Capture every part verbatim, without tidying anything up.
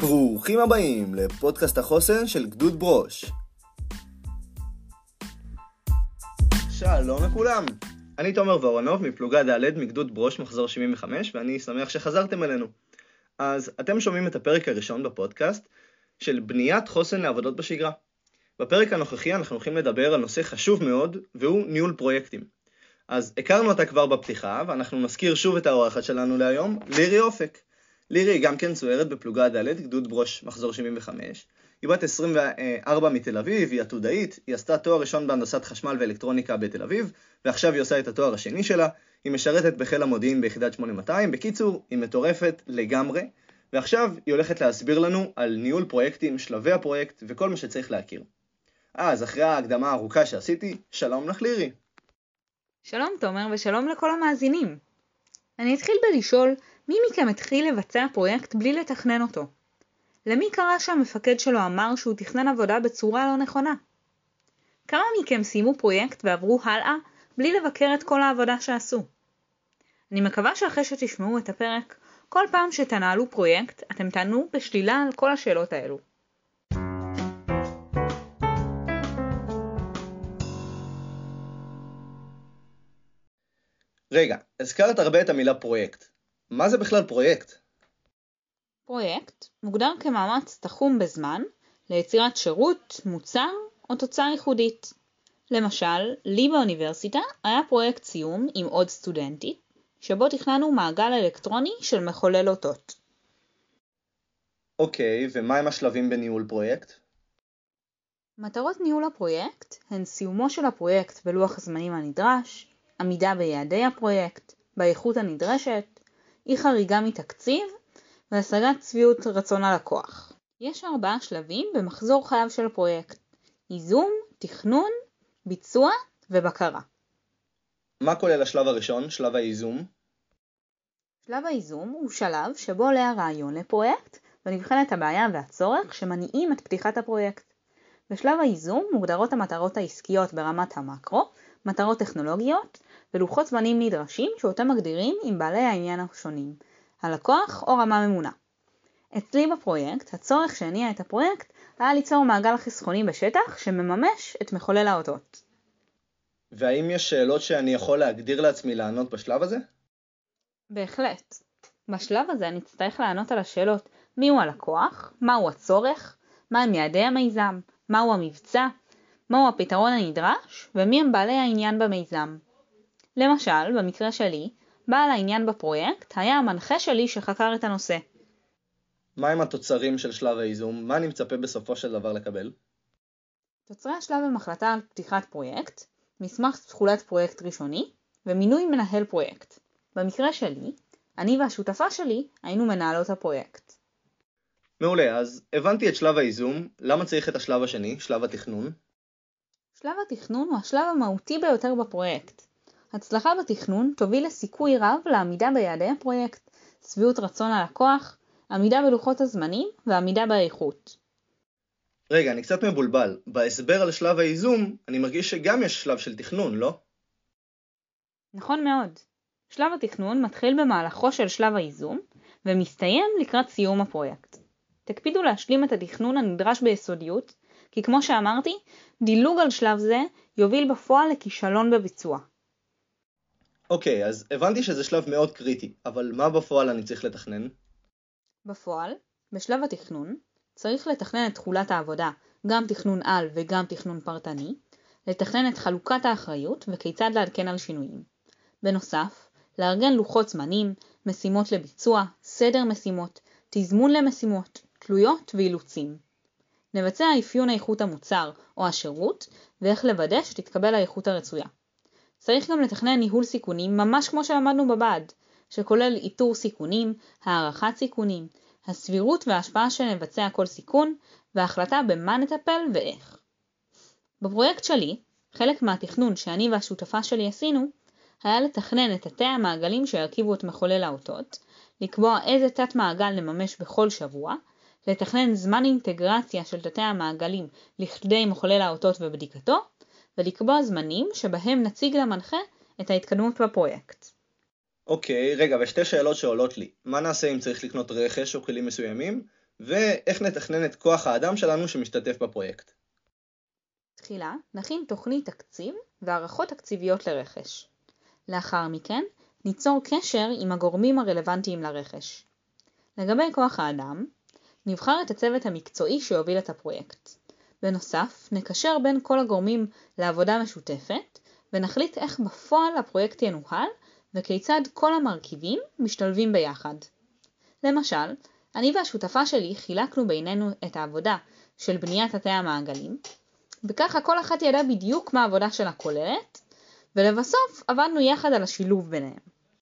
ברוכים הבאים לפודקאסט החוסן של גדוד ברוש. שלום לכולם, אני תומר וורנוב מפלוגה ד' מגדוד ברוש מחזור שבעים וחמש, ואני שמח שחזרתם אלינו. אז אתם שומעים את הפרק הראשון בפודקאסט של בניית חוסן לעבודות בשגרה. בפרק הנוכחי אנחנו הולכים לדבר על נושא חשוב מאוד, והוא ניהול פרויקטים. אז הכרנו אותה כבר בפתיחה, ואנחנו נזכיר שוב את האורחת שלנו להיום, לירי אופק. לירי גם כן צוערת בפלוגה ד' גדוד ברוש מחזור שבעים וחמש. היא בת עשרים וארבע מתל אביב, היא עתודאית, היא עשתה תואר ראשון בהנדסת חשמל ואלקטרוניקה בתל אביב, ועכשיו היא עושה את התואר השני שלה. היא משרתת בחיל המודיעין ביחידת שמונה מאתיים. בקיצור, היא מטורפת לגמרי, ועכשיו היא הולכת להסביר לנו על ניהול פרויקטים, שלבי הפרויקט וכל מה שצריך להכיר. אז אחרי ההקדמה הארוכה שעשיתי, שלום לך לירי. שלום תומר ושלום לכל המאזינים. אני אתחיל בלשאול, מי מכם התחיל לבצע פרויקט בלי לתכנן אותו? למי קרה שהמפקד שלו אמר שהוא תכנן עבודה בצורה לא נכונה? כמה מכם סיימו פרויקט ועברו הלאה בלי לבקר את כל העבודה שעשו? אני מקווה שאחרי שתשמעו את הפרק, כל פעם שתנהלו פרויקט, אתם תענו בשלילה על כל השאלות האלו. רגע, הזכרת הרבה את המילה פרויקט. מה זה בכלל פרויקט? פרויקט מוגדר כמאמץ תחום בזמן ליצירת שירות, מוצר או תוצאה ייחודית. למשל, לי באוניברסיטה היה פרויקט סיום עם עוד סטודנטית, שבו תכננו מעגל אלקטרוני של מחולל אותות. אוקיי, ומה הם השלבים בניהול פרויקט? מטרות ניהול הפרויקט הן סיומו של הפרויקט בלוח הזמנים הנדרש, עמידה ביעדי הפרויקט, באיכות הנדרשת, אי חריגה מתקציב והשגת שביעות רצון הלקוח. יש ארבעה שלבים במחזור חייו של פרויקט: ייזום, תכנון, ביצוע ובקרה. מה כולל השלב הראשון, שלב הייזום? שלב הייזום הוא שלב שבו עולה הרעיון לפרויקט ונבחנת הבעיה והצורך שמניעים את פתיחת הפרויקט. בשלב הייזום מוגדרות המטרות העסקיות ברמת המקרו, מטרות טכנולוגיות ולוחות זמנים נדרשים שאותם מגדירים עם בעלי העניין השונים, הלקוח או רמה ממונה. אצלי בפרויקט, הצורך שהניע את הפרויקט היה ליצור מעגל חסכוני בשטח שמממש את מחולל האותות. והאם יש שאלות שאני יכול להגדיר לעצמי לענות בשלב הזה? בהחלט. בשלב הזה נצטרך לענות על השאלות מיהו הלקוח, מהו הצורך, מהם יעדי המיזם, מהו המבצע, מהו הפתרון הנדרש ומי הם בעלי העניין במיזם. למשל, במקרה שלי, בעל העניין בפרויקט היה המנחה שלי שחקר את הנושא. מה עם התוצרים של שלב הייזום? מה אני מצפה בסופו של דבר לקבל? תוצרי השלב הם החלטה על פתיחת פרויקט, מסמך תחולת פרויקט ראשוני ומינוי מנהל פרויקט. במקרה שלי, אני והשותפה שלי היינו מנהלות הפרויקט. מעולה, אז הבנתי את שלב הייזום. למה צריך את השלב השני, שלב התכנון? שלב התכנון הוא השלב המהותי ביותר בפרויקט. הצלחה בתכנון תוביל לסיכוי רב לעמידה ביעדי הפרויקט, שביעות רצון הלקוח, עמידה בלוחות הזמנים ועמידה באיכות. רגע, אני קצת מבולבל. בהסבר על שלב הייזום, אני מרגיש שגם יש שלב של תכנון, לא? נכון מאוד. שלב התכנון מתחיל במהלכו של שלב הייזום, ומסתיים לקראת סיום הפרויקט. תקפידו להשלים את התכנון הנדרש ביסודיות, כי כמו שאמרתי, דילוג על שלב זה יוביל בפועל לכישלון בביצוע. אוקיי, אז הבנתי שזה שלב מאוד קריטי, אבל מה בפועל אני צריך לתכנן? בפועל, בשלב התכנון, צריך לתכנן את תחולת העבודה, גם תכנון על וגם תכנון פרטני, לתכנן את חלוקת האחריות וכיצד לעדכן על שינויים. בנוסף, לארגן לוחות זמנים, משימות לביצוע, סדר משימות, תזמון למשימות, תלויות ואילוצים. נבצע אפיון איכות המוצר או השירות, ואיך לוודא שתתקבל האיכות הרצויה. צריך גם לתכנן ניהול סיכונים ממש כמו שלמדנו בבעד, שכולל איתור סיכונים, הערכת סיכונים, הסבירות וההשפעה שנבצע כל סיכון, וההחלטה במה נטפל ואיך. בפרויקט שלי, חלק מהתכנון שאני והשותפה שלי עשינו, היה לתכנן את תתי המעגלים שירכיבו את מחולל האותות, לקבוע איזה תת מעגל נממש בכל שבוע, לתכנן זמן אינטגרציה של תתי המעגלים לכדי מחולל האותות ובדיקתו, ולקבוע זמנים שבהם נציג למנחה את ההתקדמות בפרויקט. אוקיי, רגע, ושתי שאלות שעולות לי. מה נעשה אם צריך לקנות רכש או כלים מסוימים? ואיך נתכנן את כוח האדם שלנו שמשתתף בפרויקט. תחילה נכין תוכנית תקציב והערכות תקציביות לרכש. לאחר מכן ניצור קשר עם הגורמים הרלוונטיים לרכש. לגבי כוח האדם, נבחר את הצוות המקצועי שיוביל את הפרויקט. בנוסף, נקשר בין כל הגורמים לעבודה משותפת, ונחליט איך בפועל הפרויקט ינוהל, וכיצד כל המרכיבים משתלבים ביחד. למשל, אני והשותפה שלי חילקנו בינינו את העבודה של בניית התאי המעגלים, וככה כל אחת ידעה בדיוק מה העבודה שלה כוללת, ולבסוף עבדנו יחד על השילוב ביניהם.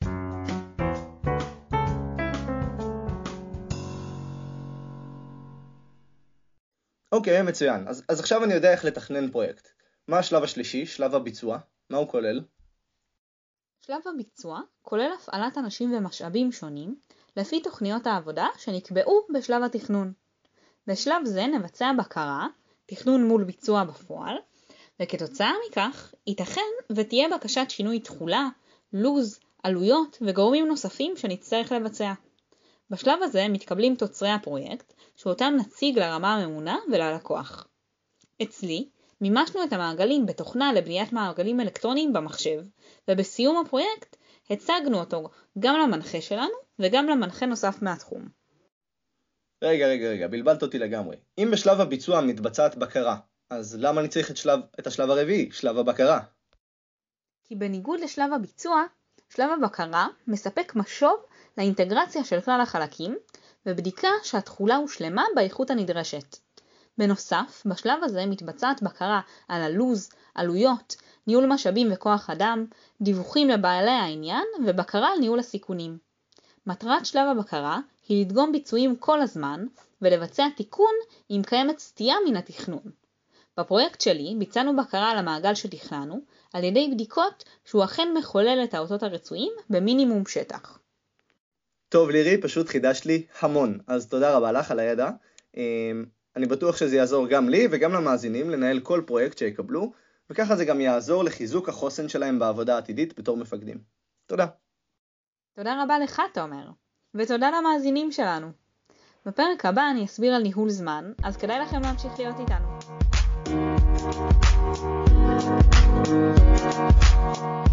אוקיי, מצוין. אז, אז עכשיו אני יודע איך לתכנן פרויקט. מה השלב השלישי, שלב הביצוע? מה הוא כולל? שלב הביצוע כולל הפעלת אנשים ומשאבים שונים לפי תוכניות העבודה שנקבעו בשלב התכנון. בשלב זה נבצע בקרה, תכנון מול ביצוע בפועל, וכתוצאה מכך ייתכן ותהיה בקשת שינוי תחולה, לוז, עלויות וגורמים נוספים שנצטרך לבצע. בשלב הזה מתקבלים תוצרי הפרויקט שאותם נציג לרמה הממונה וללקוח. אצלי מימשנו את המעגלים בתוכנה לבניית מעגלים אלקטרוניים במחשב, ובסיום הפרויקט הצגנו אותו גם למנחה שלנו וגם למנחה נוסף מהתחום. רגע, רגע, רגע, בלבלת אותי לגמרי. אם בשלב הביצוע מתבצעת בקרה, אז למה אני צריך את, שלב, את השלב הרביעי, שלב הבקרה? כי בניגוד לשלב הביצוע, שלב הבקרה מספק משוב לאינטגרציה של כלל החלקים, ובדיקה שהתחולה הושלמה באיכות הנדרשת. בנוסף, בשלב הזה מתבצעת בקרה על הלוז, עלויות, ניהול משאבים וכוח אדם, דיווחים לבעלי העניין ובקרה על ניהול הסיכונים. מטרת שלב הבקרה היא לדגום ביצועים כל הזמן ולבצע תיקון אם קיימת סטייה מן התכנון. בפרויקט שלי ביצענו בקרה על המעגל שתכננו על ידי בדיקות שהוא אכן מחולל את האותות הרצויים במינימום שטח. טוב לירי, פשוט חידשת לי המון, אז תודה רבה לך על הידע. אני בטוח שזה יעזור גם לי וגם למאזינים לנהל כל פרויקט שיקבלו, וככה זה גם יעזור לחיזוק החוסן שלהם בעבודה העתידית בתור מפקדים. תודה. תודה רבה לך תומר, ותודה למאזינים שלנו. בפרק הבא אני אסביר על ניהול זמן, אז כדאי לכם להמשיך להיות איתנו.